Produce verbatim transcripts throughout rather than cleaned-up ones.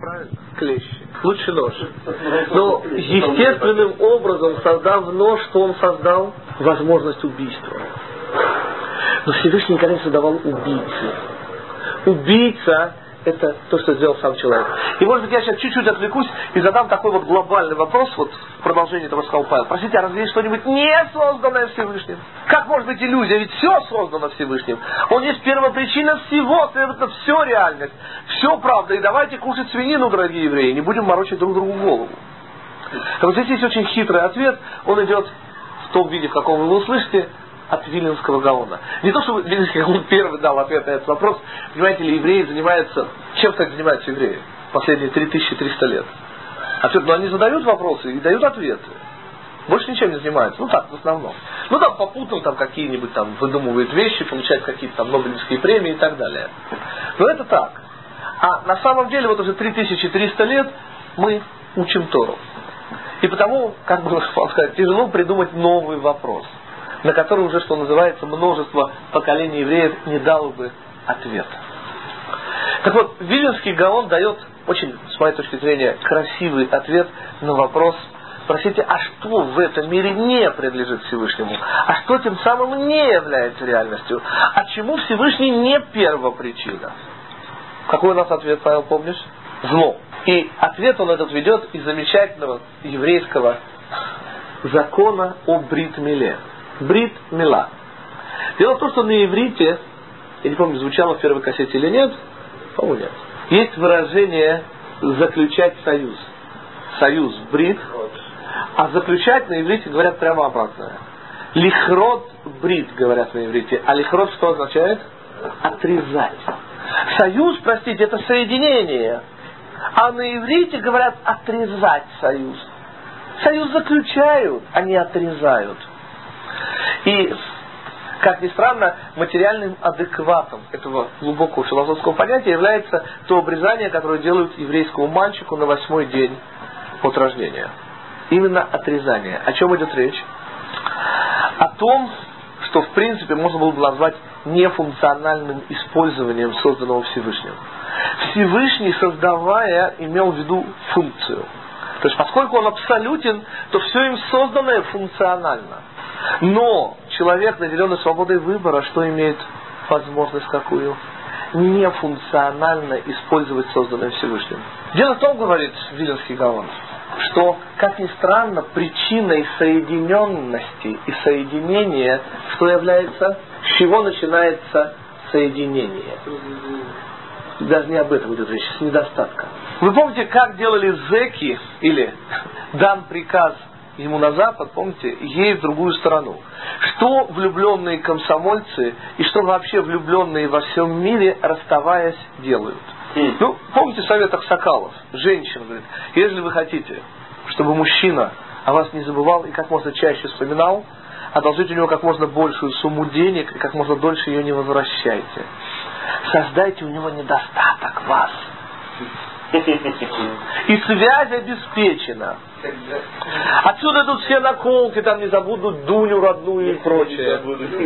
правильно? Клещи. Лучше нож. Но естественным образом, создав нож, что он создал? Возможность убийства. Но Всевышний никогда не создавал убийцы. Убийца — это то, что сделал сам человек. И может быть я сейчас чуть-чуть отвлекусь и задам такой вот глобальный вопрос, вот в продолжении того, что сказал Павел. Простите, а разве есть что-нибудь не созданное Всевышним? Как может быть иллюзия? Ведь все создано Всевышним. Он есть первопричина всего, следовательно, все реальность, все правда. И давайте кушать свинину, дорогие евреи, не будем морочить друг другу голову. Так вот здесь есть очень хитрый ответ, он идет в том виде, в каком вы его услышите, от Виленского Гаона. Не то, что Виленский Гаон первый дал ответ на этот вопрос. Понимаете ли, евреи занимаются... Чем, кстати, занимаются евреи? Последние три тысячи триста лет. Ответ, но они задают вопросы и дают ответы. Больше ничем не занимаются. Ну так, в основном. Ну там попутно там какие-нибудь там выдумывают вещи, получают какие-то там Нобелевские премии и так далее. Но это так. А на самом деле вот уже три тысячи триста лет мы учим Тору. И потому, как бы вам сказать, тяжело придумать новый вопрос, на который уже, что называется, множество поколений евреев не дало бы ответа. Так вот, Виленский Гаон дает очень, с моей точки зрения, красивый ответ на вопрос: спросите, а что в этом мире не принадлежит Всевышнему? А что тем самым не является реальностью? А чему Всевышний не первопричина? Какой у нас ответ, Павел, помнишь? Зло. И ответ он этот ведет из замечательного еврейского закона о брит-миле. Брит-мила. Дело в том, что на иврите, я не помню, звучало в первой кассете или нет, по-моему, нет, есть выражение «заключать союз». Союз, брит. А заключать на иврите говорят прямо обратное. Лихрот брит говорят на иврите. А лихрот что означает? Отрезать. Союз, простите, это соединение. А на иврите говорят отрезать союз. Союз заключают, а не отрезают. И, как ни странно, материальным адекватом этого глубокого философского понятия является то обрезание, которое делают еврейскому мальчику на восьмой день от рождения. Именно отрезание. О чем идет речь? О том, что в принципе можно было бы назвать нефункциональным использованием созданного Всевышним. Всевышний, создавая, имел в виду функцию. То есть, поскольку он абсолютен, то все им созданное функционально. Но человек, наделенный свободой выбора, что имеет возможность какую? Нефункционально использовать созданное Всевышним. Дело в том, говорит Виленский Гаон, что, как ни странно, причиной соединенности и соединения, что является, с чего начинается соединение. Даже не об этом идет речь, с недостатка. Вы помните, как делали зэки, или дан приказ ему на запад, помните, ей в другую сторону. Что влюбленные комсомольцы и что вообще влюбленные во всем мире, расставаясь, делают? Mm. Ну, помните совет Аксакалов? Женщина говорит, если вы хотите, чтобы мужчина о вас не забывал и как можно чаще вспоминал, одолжите у него как можно большую сумму денег и как можно дольше ее не возвращайте. Создайте у него недостаток вас. И связь обеспечена. Отсюда идут все наколки, там не забудут Дуню родную и прочее.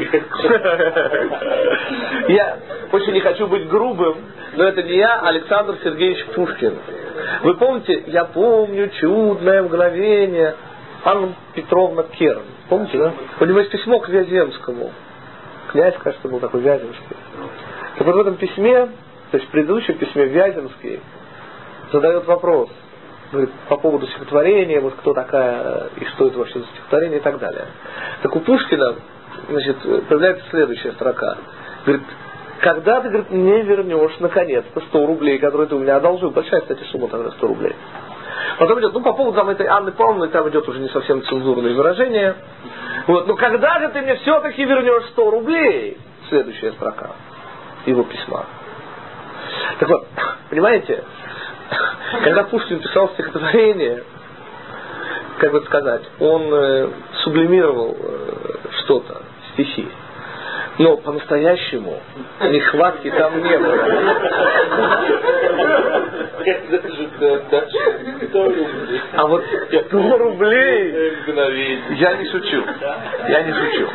Я очень не хочу быть грубым, но это не я, а Александр Сергеевич Пушкин. Вы помните, я помню чудное мгновение. Анна Петровна Керн. Помните, да? У него есть письмо к Вяземскому. Князь, кажется, был такой Вяземский. Так вот в этом письме, то есть в предыдущем письме Вяземский задает вопрос, говорит, по поводу стихотворения, вот кто такая и что это вообще за стихотворение и так далее. Так у Пушкина, значит, появляется следующая строка. Говорит, когда ты, говорит, мне вернешь наконец-то сто рублей, которые ты у меня одолжил, большая, кстати, сумма тогда сто рублей. Потом идет, ну по поводу там, этой Анны Павловны, там идет уже не совсем цензурные выражения. Вот, ну когда же ты мне все-таки вернешь сто рублей? Следующая строка его письма. Так вот, понимаете, когда Пушкин писал стихотворение, как бы сказать, он э, сублимировал э, что-то, стихи. Но по-настоящему нехватки там не было. А вот сто рублей... Я не шучу. Я не шучу.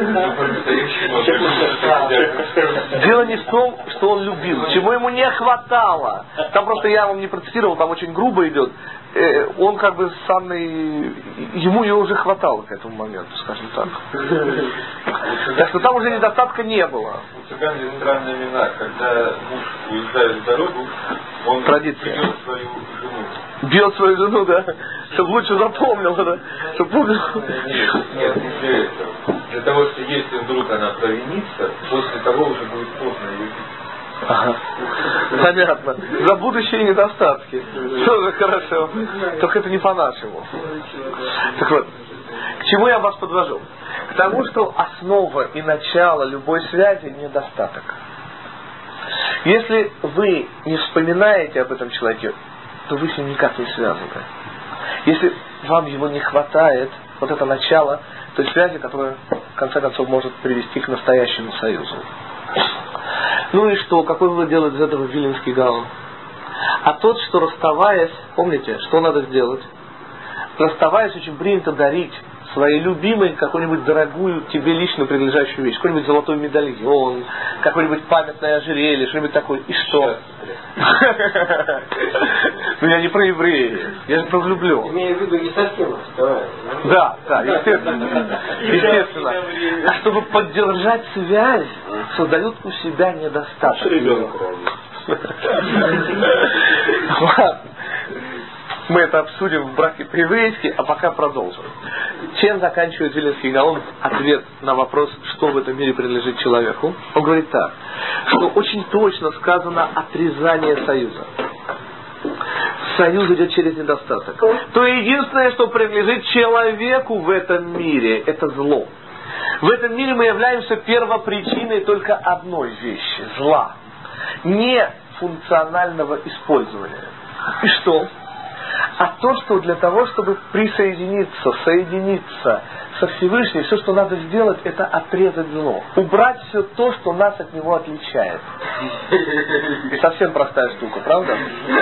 Дело не в том, что он любил, чему ему не хватало. Там просто я вам не процитировал, там очень грубо идет. Он как бы самый... Ему ее уже хватало к этому моменту, скажем так. Так что там уже недостатка не было. У цыган есть странные имена. Когда муж уезжает в дорогу, он Традиция. бьет свою жену. Бьет свою жену, да? Чтобы лучше запомнил, да? Чтобы помнил. Нет, нет, не для этого. Для того, что если вдруг она провинится, после того уже будет поздно ее бить. Ага. Понятно. За будущие недостатки. Тоже хорошо. Только это не по-нашему. Так вот, к чему я вас подвожу? К тому, что основа и начало любой связи – недостаток. Если вы не вспоминаете об этом человеке, то вы с ним никак не связаны. Если вам его не хватает, вот это начало той связи, которая в конце концов может привести к настоящему союзу. Ну и что? Какой вывод делает из этого Виленский Гаон? А тот, что расставаясь, помните, что надо сделать? Расставаясь, очень принято дарить своей любимой какую-нибудь дорогую тебе лично принадлежащую вещь. Какой-нибудь золотой медальон, какое-нибудь памятное ожерелье, что-нибудь такое. И что? Ну я не про евреев, я же про влюбленных. Имею в виду не совсем расставаясь. Да, да, естественно. Естественно. А чтобы поддержать связь, создают у себя недостаток. Ребенок. Ладно. Мы это обсудим в браке по-еврейски, а пока продолжим. Чем заканчивает Виленский Гаон ответ на вопрос, что в этом мире принадлежит человеку? Он говорит так, что очень точно сказано отрезание союза. Союз идет через недостаток. То единственное, что принадлежит человеку в этом мире, это зло. В этом мире мы являемся первопричиной только одной вещи – зла. Не функционального использования. И что? А то, что для того, чтобы присоединиться, соединиться со Всевышним, все, что надо сделать, это отрезать зло. Убрать все то, что нас от него отличает. Совсем простая штука, правда?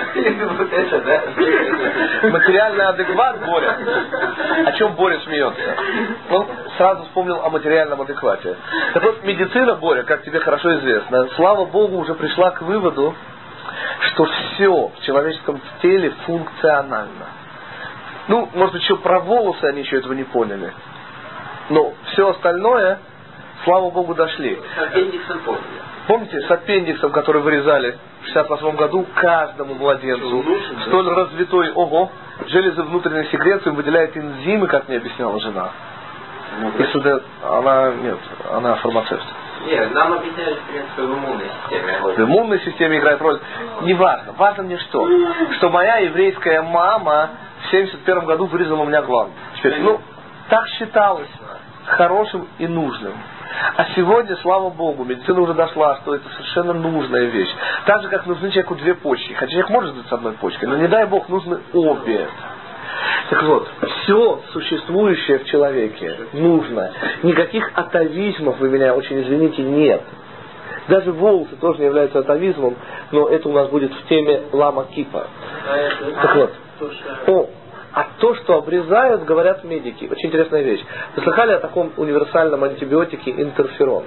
Материальный адекват Боря. О чем Боря смеется? Он сразу вспомнил о материальном адеквате. Так вот, медицина, Боря, как тебе хорошо известно, слава Богу, уже пришла к выводу, что все в человеческом теле функционально. Ну, может быть, еще про волосы они еще этого не поняли. Но все остальное, слава Богу, дошли. С аппендиксом поняли. Помните, с аппендиксом, который вырезали в шестьдесят восьмом году каждому младенцу, столь развитой, ого, железы внутренней секреции выделяет энзимы, как мне объясняла жена. И сюда, она, нет, она фармацевт. Нет, нам объясняли, в принципе, в иммунной системе. В иммунной системе играет роль. Неважно. Важно мне что? Что моя еврейская мама в семьдесят первом году вырезала у меня глаз. Теперь, ну, так считалось хорошим и нужным. А сегодня, слава Богу, медицина уже дошла, что это совершенно нужная вещь. Так же, как нужны человеку две почки. Хотя человек может жить с одной почкой, но не дай Бог, нужны обе. Так вот, все существующее в человеке нужно. Никаких атовизмов, вы меня очень извините, нет. Даже волосы тоже не являются атовизмом, но это у нас будет в теме лама кипа. Так вот, о, а то, что обрезают, говорят медики. Очень интересная вещь. Вы слыхали о таком универсальном антибиотике интерферон?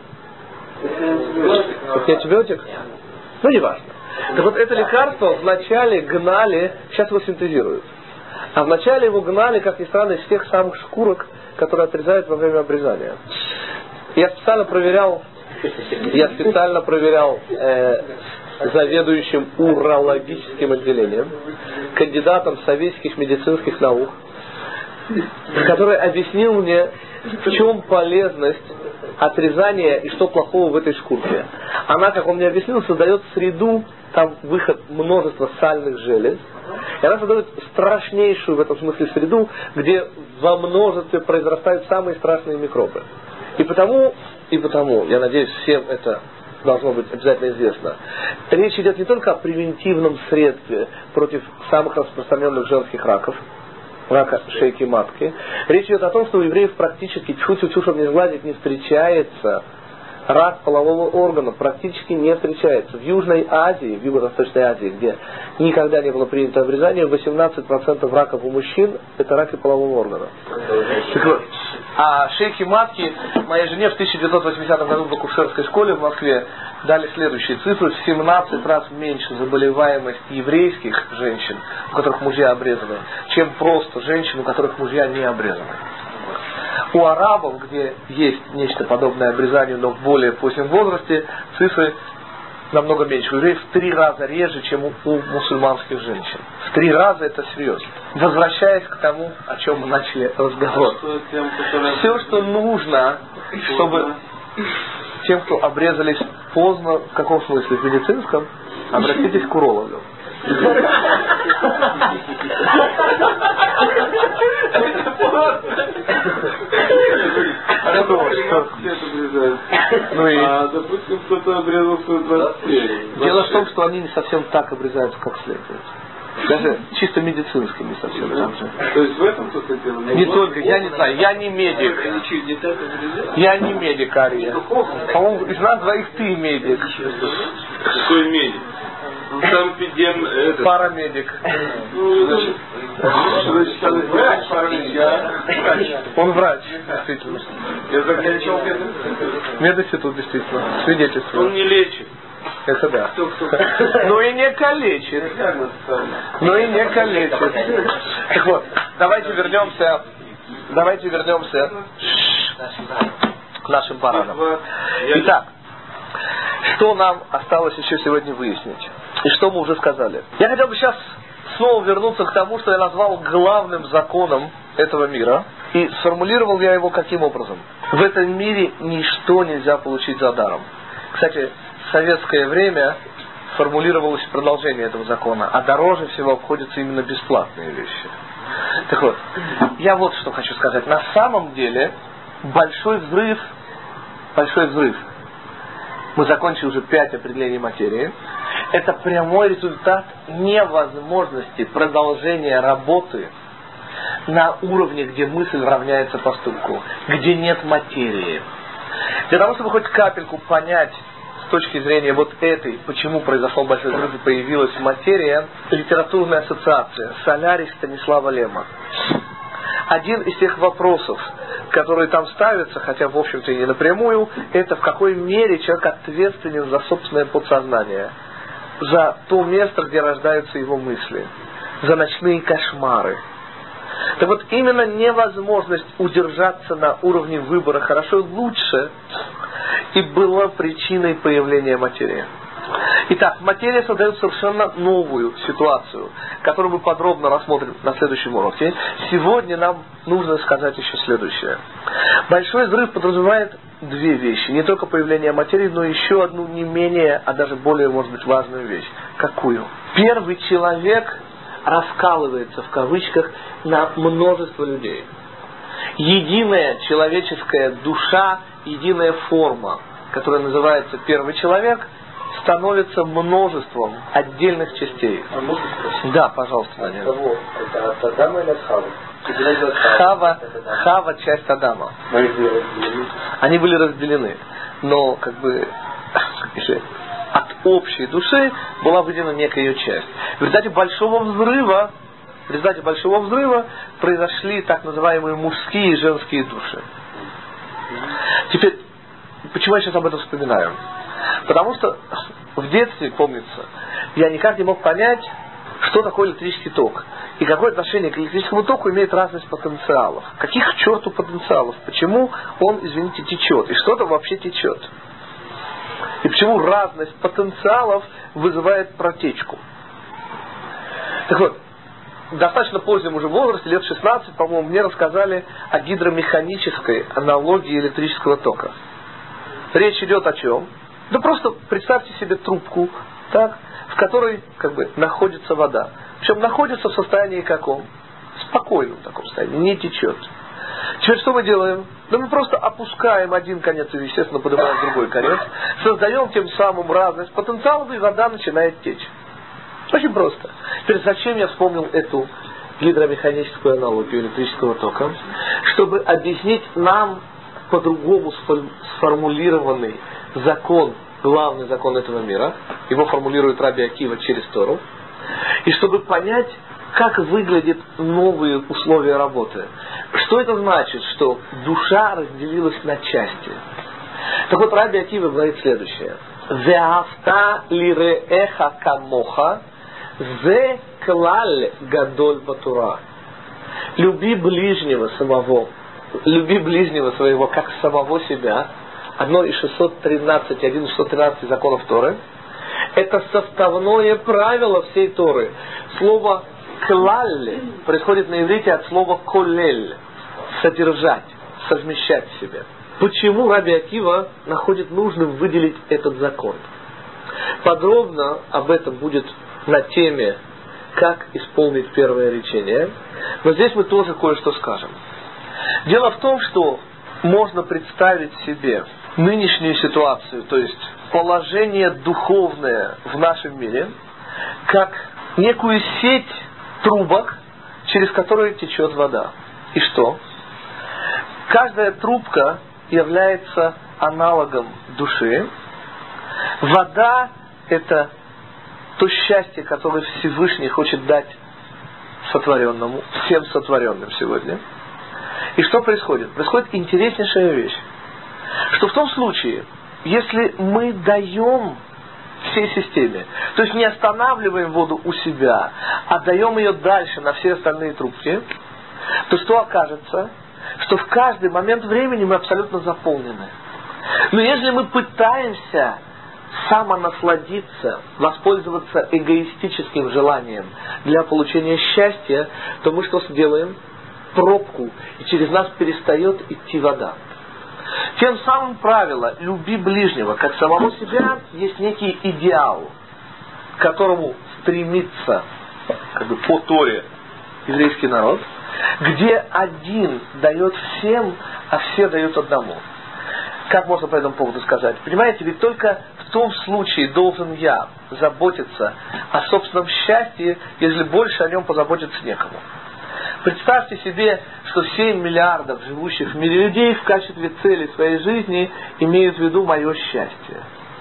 Это не антибиотик? Ну, не важно. Так вот, это лекарство вначале гнали, сейчас его синтезируют. А вначале его гнали, как ни странно, из тех самых шкурок, которые отрезают во время обрезания. Я специально проверял, я специально проверял э, заведующим урологическим отделением, кандидатом советских медицинских наук, который объяснил мне, в чем полезность отрезания и что плохого в этой шкурке. Она, как он мне объяснил, создает среду, там выход множества сальных желез, и она создает страшнейшую в этом смысле среду, где во множестве произрастают самые страшные микробы. И потому, и потому, я надеюсь, всем это должно быть обязательно известно. Речь идет не только о превентивном средстве против самых распространенных женских раков, рака шейки матки. Речь идет о том, что у евреев практически, тьфу-тьфу-тьфу, чтобы не сгладить, не встречается рак полового органа практически не встречается. В Южной Азии, в Юго-Восточной Азии, где никогда не было принято обрезание, восемнадцать процентов раков у мужчин – это раки полового органа. Так вот, а шейки матки моей жене в тысяча девятьсот восьмидесятом году в акушерской школе в Москве дали следующие цифры: в семнадцать раз меньше заболеваемость еврейских женщин, у которых мужья обрезаны, чем просто женщин, у которых мужья не обрезаны. У арабов, где есть нечто подобное обрезанию, но в более позднем возрасте, цифры намного меньше. У евреев в три раза реже, чем у, у мусульманских женщин. В три раза это серьезно. Возвращаясь к тому, о чем мы начали разговор. Все, что нужно, чтобы тем, кто обрезались поздно, в каком смысле? В медицинском, обратитесь к урологу. Ну и... А, допустим, кто-то обрезался в двадцать семь. Дело в том, что они не совсем так обрезаются, как следует. Даже чисто медицински не совсем так же. То есть в этом только дело? Не только, я не знаю, я не медик. Я не медик, Ария. По-моему, из нас двоих ты медик. Какой медик? Сам педем... Этот... Парамедик. Ну, значит, врач, парамедик. Он врач, действительно. Я заканчивал мединститут. Мединститут, действительно. Свидетельство. Он не лечит. Это да. Ну и не калечит. Ну и не калечит. Так вот, давайте вернемся. Давайте вернемся к нашим баранам. Итак, что нам осталось еще сегодня выяснить? И что мы уже сказали? Я хотел бы сейчас снова вернуться к тому, что я назвал главным законом этого мира. И сформулировал я его каким образом? В этом мире ничто нельзя получить за даром. Кстати, в советское время формулировалось продолжение этого закона, а дороже всего обходятся именно бесплатные вещи. Так вот, я вот что хочу сказать. На самом деле, большой взрыв, большой взрыв, мы закончили уже пять определений материи, это прямой результат невозможности продолжения работы на уровне, где мысль равняется поступку, где нет материи. Для того, чтобы хоть капельку понять с точки зрения вот этой, почему произошел большой взрыв и появилась материя, литературная ассоциация «Солярис» Станислава Лема. Один из тех вопросов, которые там ставятся, хотя в общем-то и не напрямую, это в какой мере человек ответственен за собственное подсознание, за то место, где рождаются его мысли, за ночные кошмары. Так вот, именно невозможность удержаться на уровне выбора хорошо и лучше и была причиной появления материи. Итак, материя создает совершенно новую ситуацию, которую мы подробно рассмотрим на следующем уроке. Сегодня нам нужно сказать еще следующее. Большой взрыв подразумевает две вещи. Не только появление материи, но еще одну не менее, а даже более, может быть, важную вещь. Какую? Первый человек раскалывается, в кавычках, на множество людей. Единая человеческая душа, единая форма, которая называется первый человек, становится множеством отдельных частей. А можно спросить? Да, пожалуйста, Даня. Кого? Это от Адама или от Хавы? Хава, Хава часть Адама. Они были разделены. Но как бы от общей души была выделена некая ее часть. В результате большого взрыва, в результате большого взрыва произошли так называемые мужские и женские души. Теперь, почему я сейчас об этом вспоминаю? Потому что в детстве, помнится, я никак не мог понять, что такое электрический ток. И какое отношение к электрическому току имеет разность потенциалов. Каких к черту потенциалов? Почему он, извините, течет? И что там вообще течет? И почему разность потенциалов вызывает протечку? Так вот, в достаточно позднем уже возрасте, лет шестнадцать, по-моему, мне рассказали о гидромеханической аналогии электрического тока. Речь идет о чем? Да просто представьте себе трубку, так, в которой как бы находится вода. Причем находится в состоянии каком? Спокойном таком состоянии, не течет. Теперь что мы делаем? Да мы просто опускаем один конец и, естественно, поднимаем другой конец, создаем тем самым разность потенциалов, и вода начинает течь. Очень просто. Теперь зачем я вспомнил эту гидромеханическую аналогию электрического тока? Чтобы объяснить нам по-другому сформулированный закон, главный закон этого мира. Его формулирует Раби Акива через Тору. И чтобы понять, как выглядят новые условия работы. Что это значит? Что душа разделилась на части. Так вот, Раби Акива говорит следующее. «Веавта лиреэха камоха зе клаль гадоль батура». Люби ближнего самого, люби ближнего своего, как самого себя. Одно из шестьсот тринадцати, один из шестьсот тринадцати законов Торы. Это составное правило всей Торы. Слово «клаль» происходит на иврите от слова «колель» – содержать, совмещать в себе. Почему Раби Акива находит нужным выделить этот закон? Подробно об этом будет на теме «Как исполнить первое речение». Но здесь мы тоже кое-что скажем. Дело в том, что можно представить себе нынешнюю ситуацию, то есть положение духовное в нашем мире, как некую сеть трубок, через которые течет вода. И что? Каждая трубка является аналогом души. Вода – это то счастье, которое Всевышний хочет дать сотворенному, всем сотворенным сегодня. И что происходит? Происходит интереснейшая вещь. Что в том случае, если мы даем всей системе, то есть не останавливаем воду у себя, а даем ее дальше на все остальные трубки, то что окажется? Что в каждый момент времени мы абсолютно заполнены. Но если мы пытаемся самонасладиться, воспользоваться эгоистическим желанием для получения счастья, то мы что сделаем? Пробку, и через нас перестает идти вода. Тем самым правило «люби ближнего, как самого себя» есть некий идеал, к которому стремится как бы, по Торе еврейский народ, где один дает всем, а все дают одному. Как можно по этому поводу сказать? Понимаете, ведь только в том случае должен я заботиться о собственном счастье, если больше о нем позаботиться некому. Представьте себе, что семь миллиардов живущих в мире людей в качестве цели своей жизни имеют в виду мое счастье.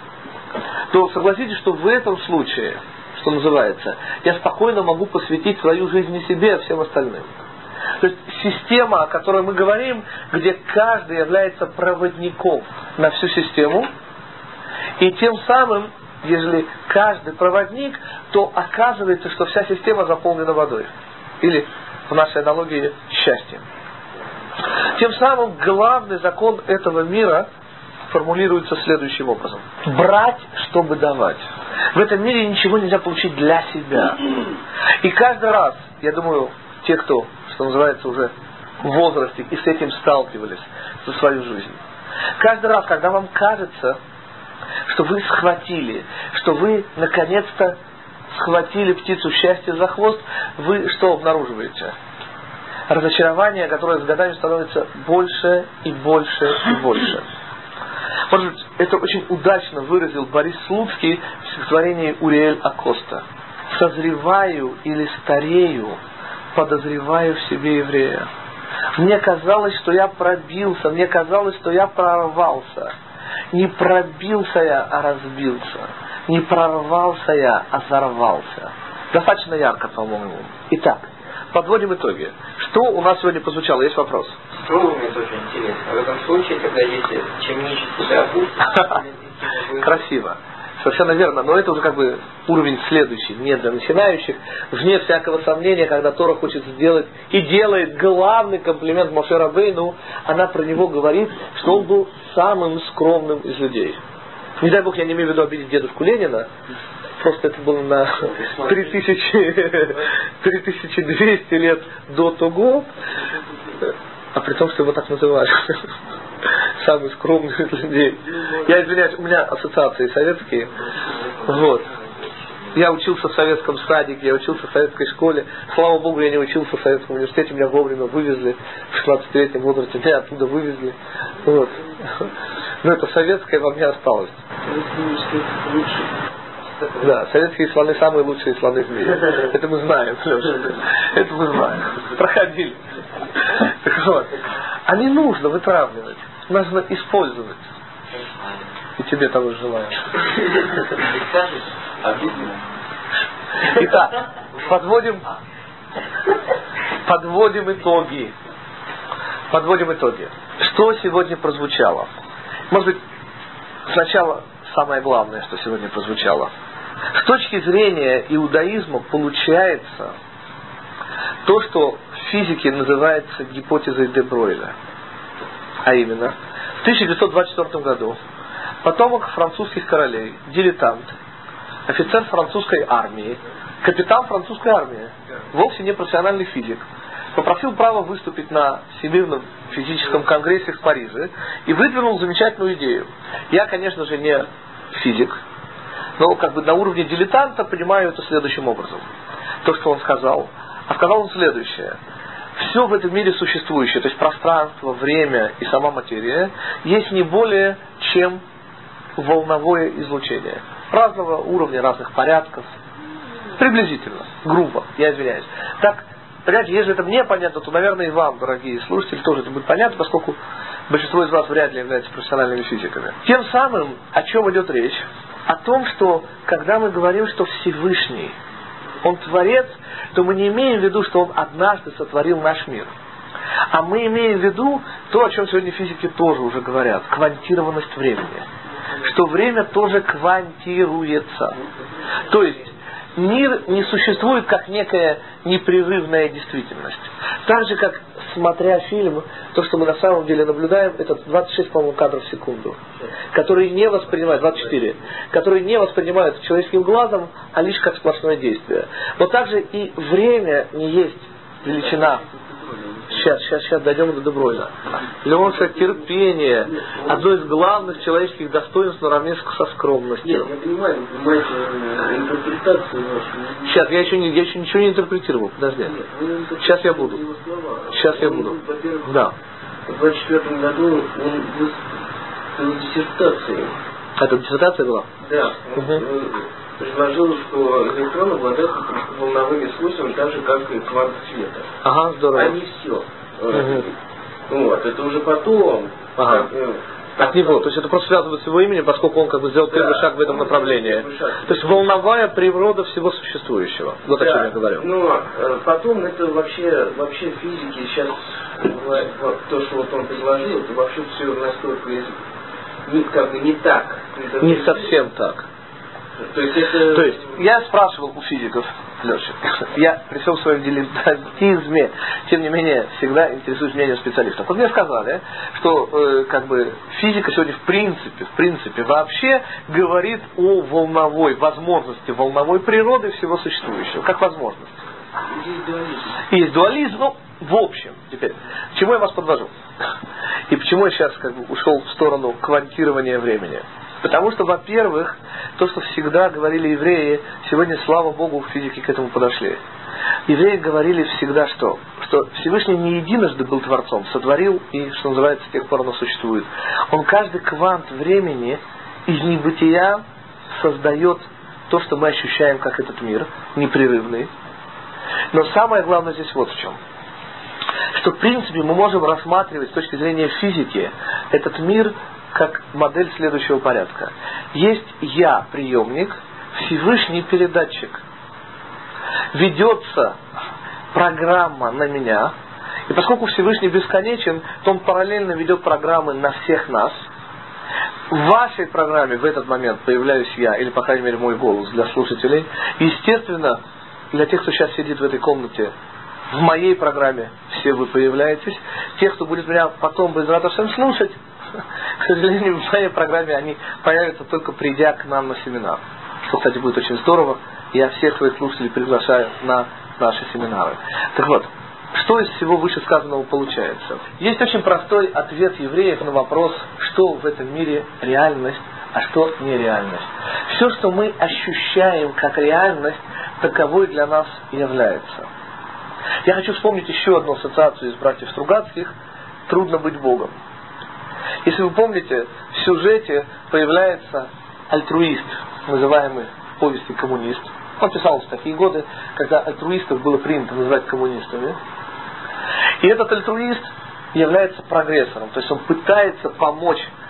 То согласитесь, что в этом случае, что называется, я спокойно могу посвятить свою жизнь не себе, а всем остальным. То есть система, о которой мы говорим, где каждый является проводником на всю систему, и тем самым, если каждый проводник, то оказывается, что вся система заполнена водой. Или в нашей аналогии счастьем. Тем самым главный закон этого мира формулируется следующим образом. Брать, чтобы давать. В этом мире ничего нельзя получить для себя. И каждый раз, я думаю, те, кто, что называется, уже в возрасте и с этим сталкивались за свою жизнь. Каждый раз, когда вам кажется, что вы схватили, что вы наконец-то схватили птицу счастья за хвост, вы что обнаруживаете? Разочарование, которое с годами становится больше и больше и больше. Может быть, это очень удачно выразил Борис Слуцкий в стихотворении «Уриэль Акоста». «Созреваю или старею, подозреваю в себе еврея. Мне казалось, что я пробился, мне казалось, что я прорвался. Не пробился я, а разбился. Не прорвался я, а взорвался». Достаточно ярко, по-моему. Итак, подводим итоги. Что у нас сегодня прозвучало? Есть вопрос? Трудно, это очень интересно. В этом случае, когда если чем ниже себя будет... Красиво. Совершенно верно. Но это уже как бы уровень следующий, не для начинающих. Вне всякого сомнения, когда Тора хочет сделать и делает главный комплимент Моше Рабейну, она про него говорит, что он был самым скромным из людей. Не дай Бог, я не имею в виду обидеть дедушку Ленина. Просто это было на три тысячи двести лет до того, а при том, что его так называли. Самый скромный из людей. Я извиняюсь, у меня ассоциации советские. Вот. Я учился в советском садике, я учился в советской школе. Слава Богу, я не учился в советском университете, меня вовремя вывезли. В шестнадцатилетнем возрасте меня оттуда вывезли. Вот. Но это советское во мне осталось. Да, советские слоны самые лучшие слоны в мире. Это мы знаем, Леша. Это мы знаем. Проходили. Так вот. А не нужно вытравливать. Нужно использовать. И тебе того же желаю. Итак, подводим, подводим итоги. Подводим итоги. Что сегодня прозвучало? Может быть, сначала самое главное, что сегодня прозвучало. С точки зрения иудаизма получается то, что в физике называется гипотезой де Бройля. А именно, в тысяча девятьсот двадцать четвёртом году потомок французских королей, дилетант, офицер французской армии, капитан французской армии, вовсе не профессиональный физик, попросил право выступить на Всемирном физическом конгрессе в Париже и выдвинул замечательную идею. Я, конечно же, не физик, но как бы на уровне дилетанта понимаю это следующим образом. То, что он сказал. А сказал он следующее. Все в этом мире существующее, то есть пространство, время и сама материя, есть не более чем волновое излучение. Разного уровня, разных порядков. Приблизительно, грубо, я извиняюсь. Так, понимаете, если это мне понятно, то, наверное, и вам, дорогие слушатели, тоже это будет понятно, поскольку большинство из вас вряд ли являются профессиональными физиками. Тем самым, о чем идет речь? О том, что когда мы говорим, что Всевышний, Он Творец, то мы не имеем в виду, что Он однажды сотворил наш мир. А мы имеем в виду то, о чем сегодня физики тоже уже говорят, квантированность времени. Что время тоже квантируется. То есть, мир не существует как некая непрерывная действительность. Так же, как, смотря фильм, то, что мы на самом деле наблюдаем, это двадцать шесть, по-моему, кадров в секунду, которые не воспринимают, двадцать четыре, которые не воспринимаются человеческим глазом, а лишь как сплошное действие. Но также и время не есть величина. Сейчас, сейчас, сейчас дойдем до Дебройля. Леша, терпение. Одно из главных человеческих достоинств наравне со скромностью. Нет, я понимаю, вы понимаете интерпретацию вашу. Сейчас, я еще, не, я еще ничего не интерпретировал. Подожди. Нет, сейчас я буду. Сейчас я буду. Во-первых, да. В двадцать четвёртом году он выступил диссертацией. Это диссертация была? Да. Угу. Предложил, что электрон обладает волновыми свойствами, так же, как и квант света. Ага, здорово. А не все. Угу. Вот, это уже потом. Ага. От него. То есть это просто связано с его именем, поскольку он как бы сделал да, первый шаг в этом направлении. То есть волновая природа всего существующего. Вот да, о чем я говорю. Но потом это вообще, вообще в физике сейчас то, что вот он предложил, это вообще все настолько не, как бы не так. Не совсем так. То есть, это... То есть, я спрашивал у физиков, Леша, я при всем своем дилетантизме, тем не менее, всегда интересуюсь мнением специалистов. Вот мне сказали, что э, как бы физика сегодня в принципе, в принципе, вообще говорит о волновой, возможности волновой природы всего существующего, как возможности. Есть дуализм. Есть дуализм, ну, в общем, теперь, к чему я вас подвожу? И почему я сейчас как бы ушел в сторону квантирования времени? Потому что, во-первых, то, что всегда говорили евреи, сегодня, слава Богу, в физике к этому подошли. Евреи говорили всегда, что, что Всевышний не единожды был Творцом, сотворил и, что называется, с тех пор оно существует. Он каждый квант времени из небытия создает то, что мы ощущаем как этот мир, непрерывный. Но самое главное здесь вот в чем. Что, в принципе, мы можем рассматривать с точки зрения физики этот мир как модель следующего порядка. Есть я, приемник, Всевышний передатчик. Ведется программа на меня. И поскольку Всевышний бесконечен, то он параллельно ведет программы на всех нас. В вашей программе в этот момент появляюсь я, или, по крайней мере, мой голос для слушателей. Естественно, для тех, кто сейчас сидит в этой комнате, в моей программе все вы появляетесь. Тех, кто будет меня потом без радости слушать, к сожалению, в моей программе они появятся только придя к нам на семинар. Что, кстати, будет очень здорово. Я всех своих слушателей приглашаю на наши семинары. Так вот, что из всего вышесказанного получается? Есть очень простой ответ евреев на вопрос, что в этом мире реальность, а что нереальность. Все, что мы ощущаем как реальность, таковой для нас является. Я хочу вспомнить еще одну ассоциацию из братьев Стругацких «Трудно быть Богом». Если вы помните, в сюжете появляется альтруист, называемый в повести коммунист. Он писался в такие годы, когда альтруистов было принято называть коммунистами. И этот альтруист является прогрессором, то есть он пытается помочь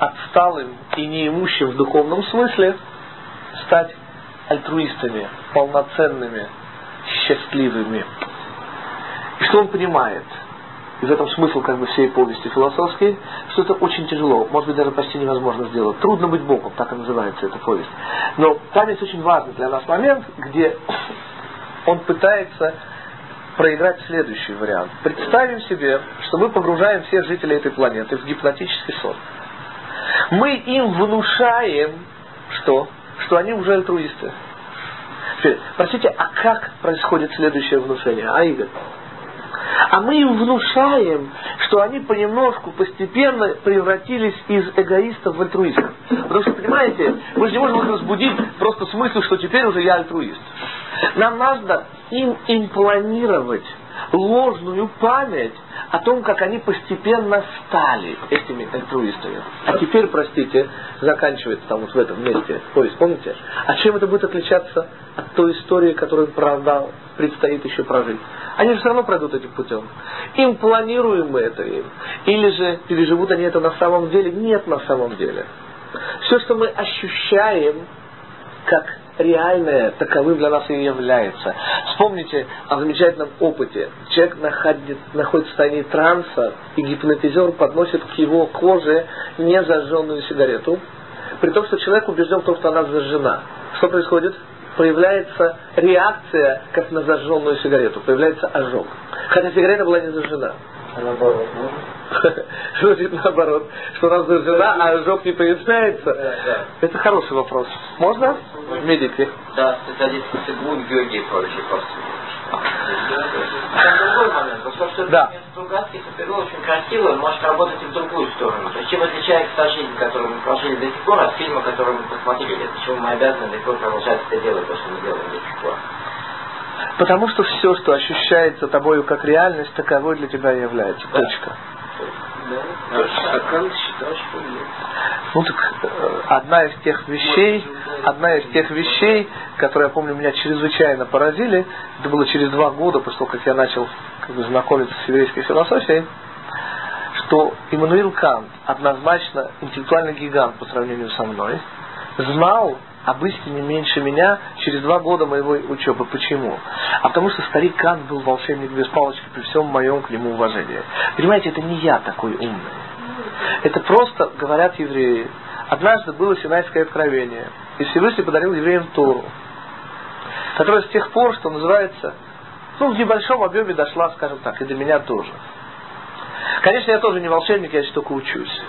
отсталым и неимущим в духовном смысле стать альтруистами, полноценными, счастливыми. И что он понимает? И в этом смысл как бы всей повести философской, что это очень тяжело, может быть даже почти невозможно сделать. Трудно быть Богом, так и называется эта повесть. Но там есть очень важный для нас момент, где он пытается проиграть следующий вариант. Представим себе, что мы погружаем всех жителей этой планеты в гипнотический сон. Мы им внушаем, что? Что они уже альтруисты. Теперь, простите, а как происходит следующее внушение? А, Игорь? А мы им внушаем, что они понемножку, постепенно превратились из эгоистов в альтруистов. Потому что, понимаете, мы же не можем их разбудить просто с мыслью, что теперь уже я альтруист. Нам надо им имплантировать ложную память о том, как они постепенно стали этими альтруистами. А теперь, простите, заканчивается там вот в этом месте повесть, помните? А чем это будет отличаться от той истории, которую им, правда, предстоит еще прожить? Они же все равно пройдут этим путем. Им планируем мы это им. Или же переживут они это на самом деле? Нет, на самом деле. Все, что мы ощущаем как реальное, таковым для нас и является. Вспомните о замечательном опыте. Человек находит, находится в состоянии транса, и гипнотизер подносит к его коже незажженную сигарету, при том, что человек убежден в том, что она зажжена. Что происходит? Появляется реакция, как на зажженную сигарету. Появляется ожог. Хотя сигарета была не зажжена. А наоборот, можно? Значит, наоборот, что она зажжена, а ожог не появляется. Да, да. Это хороший вопрос. Можно? Медики. Да, специалисты Сигмунд Георгий прочее просто. Там другой момент. Потому что Да. Стругацкий супергерой очень красивый, может работать и в другую сторону. То есть чем отличается та жизнь, которую мы прожили до сих пор, от фильма, который мы посмотрели? Почему мы обязаны до сих пор продолжать это делать, то, что мы делаем до сих пор? Потому что все, что ощущается тобою как реальность, таковой для тебя и является. Да. Точка. Да. А Кант считал, что нет. Ну так, одна из тех вещей, одна из тех вещей, которые, я помню, меня чрезвычайно поразили, это было через два года, после того, как я начал как бы знакомиться с еврейской философией, что Иммануил Кант, однозначно интеллектуальный гигант по сравнению со мной, знал об истине меньше меня через два года моего учебы. Почему? А потому что старик Кант был волшебник без палочки при всем моем к нему уважении. Понимаете, это не я такой умный. Это просто, говорят евреи, однажды было Синайское откровение, и Всевышний подарил евреям Тору, которая с тех пор, что называется, ну, в небольшом объеме дошла, скажем так, и до меня тоже. Конечно, я тоже не волшебник, я еще только учусь.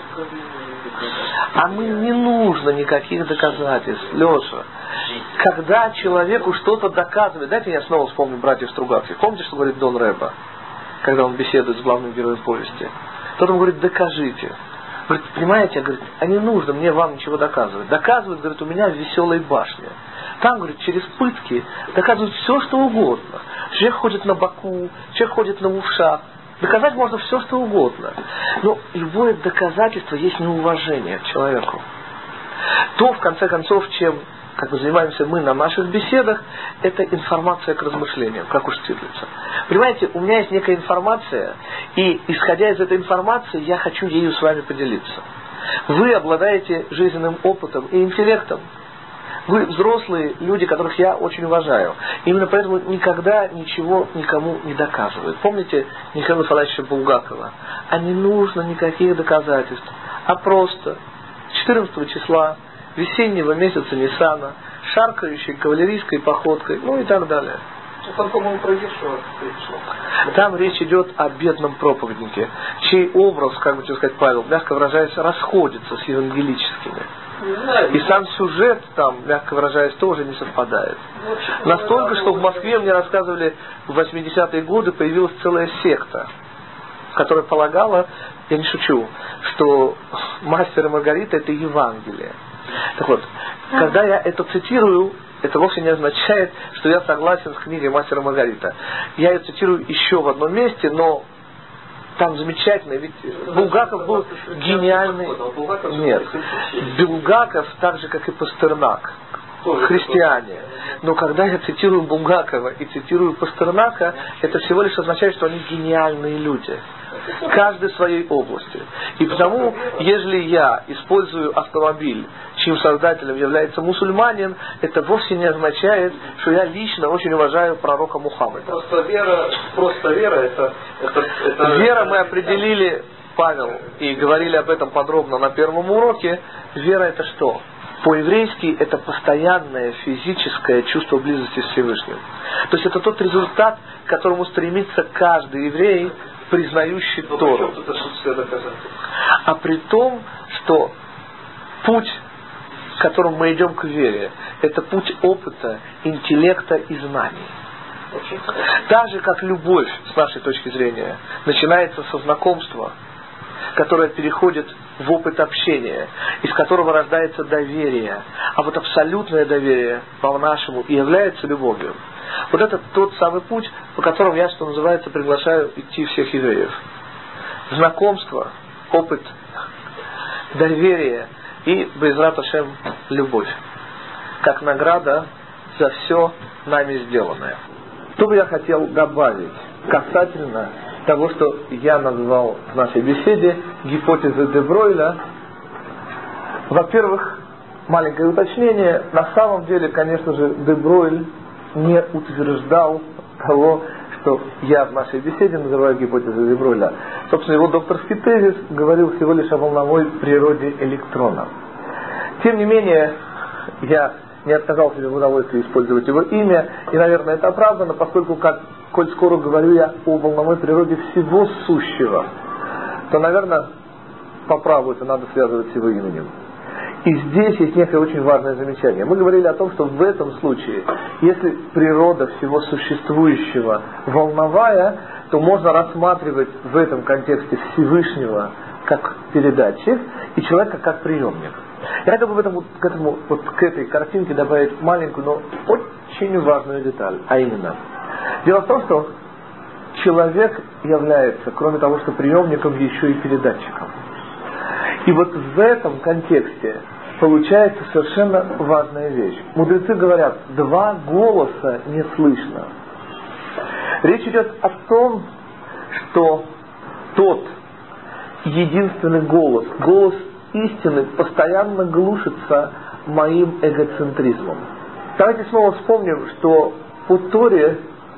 А мы не нужно никаких доказательств, Леша. Когда человеку что-то доказывает, дайте я снова вспомню братьев Стругацких. Помните, что говорит Дон Рэба, когда он беседует с главным героем повести? Тот ему говорит, докажите. Говорит, понимаете, говорит, а не нужно мне вам ничего доказывать. Доказывают, говорит, у меня в Веселой башне. Там, говорит, через пытки доказывают все, что угодно. Человек ходит на боку, человек ходит на ушах. Доказать можно все, что угодно. Но любое доказательство есть неуважение к человеку. То, в конце концов, чем как бы занимаемся мы на наших беседах, это информация к размышлениям, как уж Штирлица. Понимаете, у меня есть некая информация, и исходя из этой информации, я хочу ею с вами поделиться. Вы обладаете жизненным опытом и интеллектом. Вы взрослые люди, которых я очень уважаю. Именно поэтому никогда ничего никому не доказывают. Помните Михаила Михайловича Булгакова? А не нужно никаких доказательств, а просто четырнадцатого числа весеннего месяца Ниссана, шаркающей кавалерийской походкой, ну и так далее. Там, по-моему, про Ешуа пришло. Там речь идет о бедном проповеднике, чей образ, как бы тебе сказать, Павел, мягко выражаясь, расходится с евангелическими. И сам сюжет там, мягко выражаясь, тоже не совпадает. Настолько, что в Москве мне рассказывали, в восьмидесятые годы появилась целая секта, которая полагала, я не шучу, что «Мастер и Маргарита» — это Евангелие. Так вот, когда я это цитирую, это вовсе не означает, что я согласен с книгой «Мастер и Маргарита». Я ее цитирую еще в одном месте, но там замечательно, ведь Булгаков был гениальный. Нет, Булгаков так же, как и Пастернак, христиане. Но когда я цитирую Булгакова и цитирую Пастернака, это всего лишь означает, что они гениальные люди. Каждый в своей области. И потому, если я использую автомобиль, чьим создателем является мусульманин, это вовсе не означает, что я лично очень уважаю пророка Мухаммада. Просто вера, просто вера это, это, это... Вера мы определили, Павел, и говорили об этом подробно на первом уроке. Вера это что? По-еврейски это постоянное физическое чувство близости с Всевышним. То есть это тот результат, к которому стремится каждый еврей, признающий Тору. А при том, что путь, которым мы идем к вере, это путь опыта, интеллекта и знаний. Так же, как любовь, с нашей точки зрения, начинается со знакомства, которое переходит в опыт общения, из которого рождается доверие. А вот абсолютное доверие, по-нашему, и является любовью. Вот это тот самый путь, по которому я, что называется, приглашаю идти всех евреев. Знакомство, опыт, доверие и, Бе'эзрат Ашем, любовь. Как награда за все нами сделанное. Что бы я хотел добавить касательно того, что я назвал в нашей беседе гипотезой де Бройля. Во-первых, маленькое уточнение. На самом деле, конечно же, де Бройль не утверждал того, что я в нашей беседе называю гипотезой де Бройля. Собственно, его докторский тезис говорил всего лишь о волновой природе электрона. Тем не менее, я не отказал себе в удовольствии использовать его имя, и, наверное, это оправдано, поскольку, как, коль скоро говорю я о волновой природе всего сущего, то, наверное, по праву это надо связывать с его именем. И здесь есть некое очень важное замечание. Мы говорили о том, что в этом случае, если природа всего существующего волновая, то можно рассматривать в этом контексте Всевышнего как передатчик и человека как приемник. Я хотел бы в этом, к, этому, вот к этой картинке добавить маленькую, но очень важную деталь. А именно, дело в том, что человек является, кроме того, что приемником, еще и передатчиком. И вот в этом контексте получается совершенно важная вещь. Мудрецы говорят, два голоса не слышно. Речь идет о том, что тот единственный голос, голос истины, постоянно глушится моим эгоцентризмом. Давайте снова вспомним, что по Торе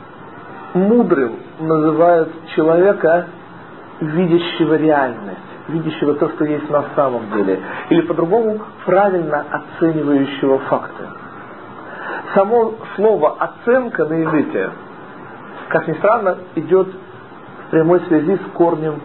мудрым называют человека, видящего реальность, видящего то, что есть на самом деле, или по-другому правильно оценивающего факты. Само слово «оценка» на иврите, как ни странно, идет в прямой связи с корнем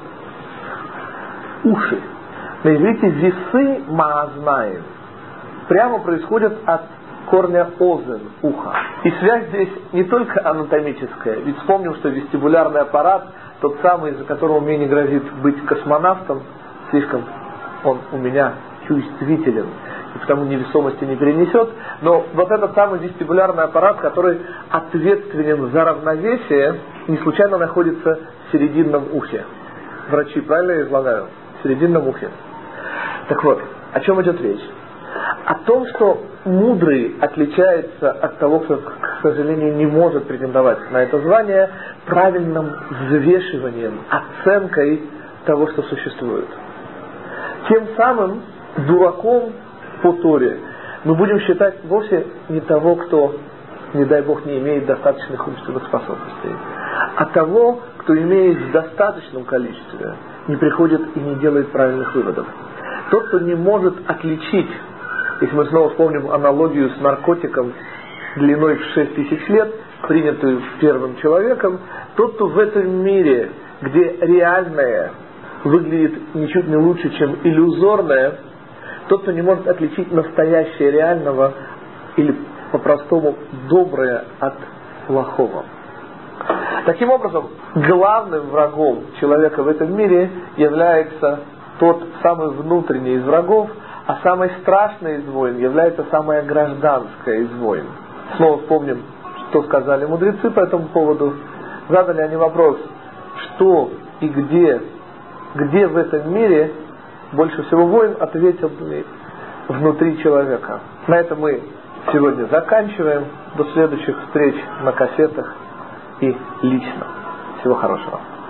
«уши». На иврите «весы маазнаим» прямо происходят от корня «озен» – «ухо». И связь здесь не только анатомическая, ведь вспомним, что вестибулярный аппарат, тот самый, из-за которого мне не грозит быть космонавтом, слишком он у меня чувствителен, и потому невесомости не перенесет, но вот этот самый вестибулярный аппарат, который ответственен за равновесие, не случайно находится в серединном ухе. Врачи, правильно я излагаю? В серединном ухе. Так вот, о чем идет речь? О том, что мудрый отличается от того, кто, к сожалению, не может претендовать на это звание, правильным взвешиванием, оценкой того, что существует. Тем самым дураком по Торе мы будем считать вовсе не того, кто, не дай Бог, не имеет достаточных умственных способностей, а того, кто имеет в достаточном количестве, не приходит и не делает правильных выводов. Тот, кто не может отличить, если мы снова вспомним аналогию с наркотиком длиной в шесть тысяч лет, принятую первым человеком, тот, кто в этом мире, где реальное выглядит ничуть не лучше, чем иллюзорное, тот, кто не может отличить настоящее реального или по-простому доброе от плохого. Таким образом, главным врагом человека в этом мире является тот самый внутренний из врагов, а самой страшной из войн является самая гражданская из войн. Снова вспомним, что сказали мудрецы по этому поводу. Задали они вопрос, что и где, где в этом мире больше всего войн, ответил внутри человека. На этом мы сегодня заканчиваем. До следующих встреч на кассетах и лично. Всего хорошего.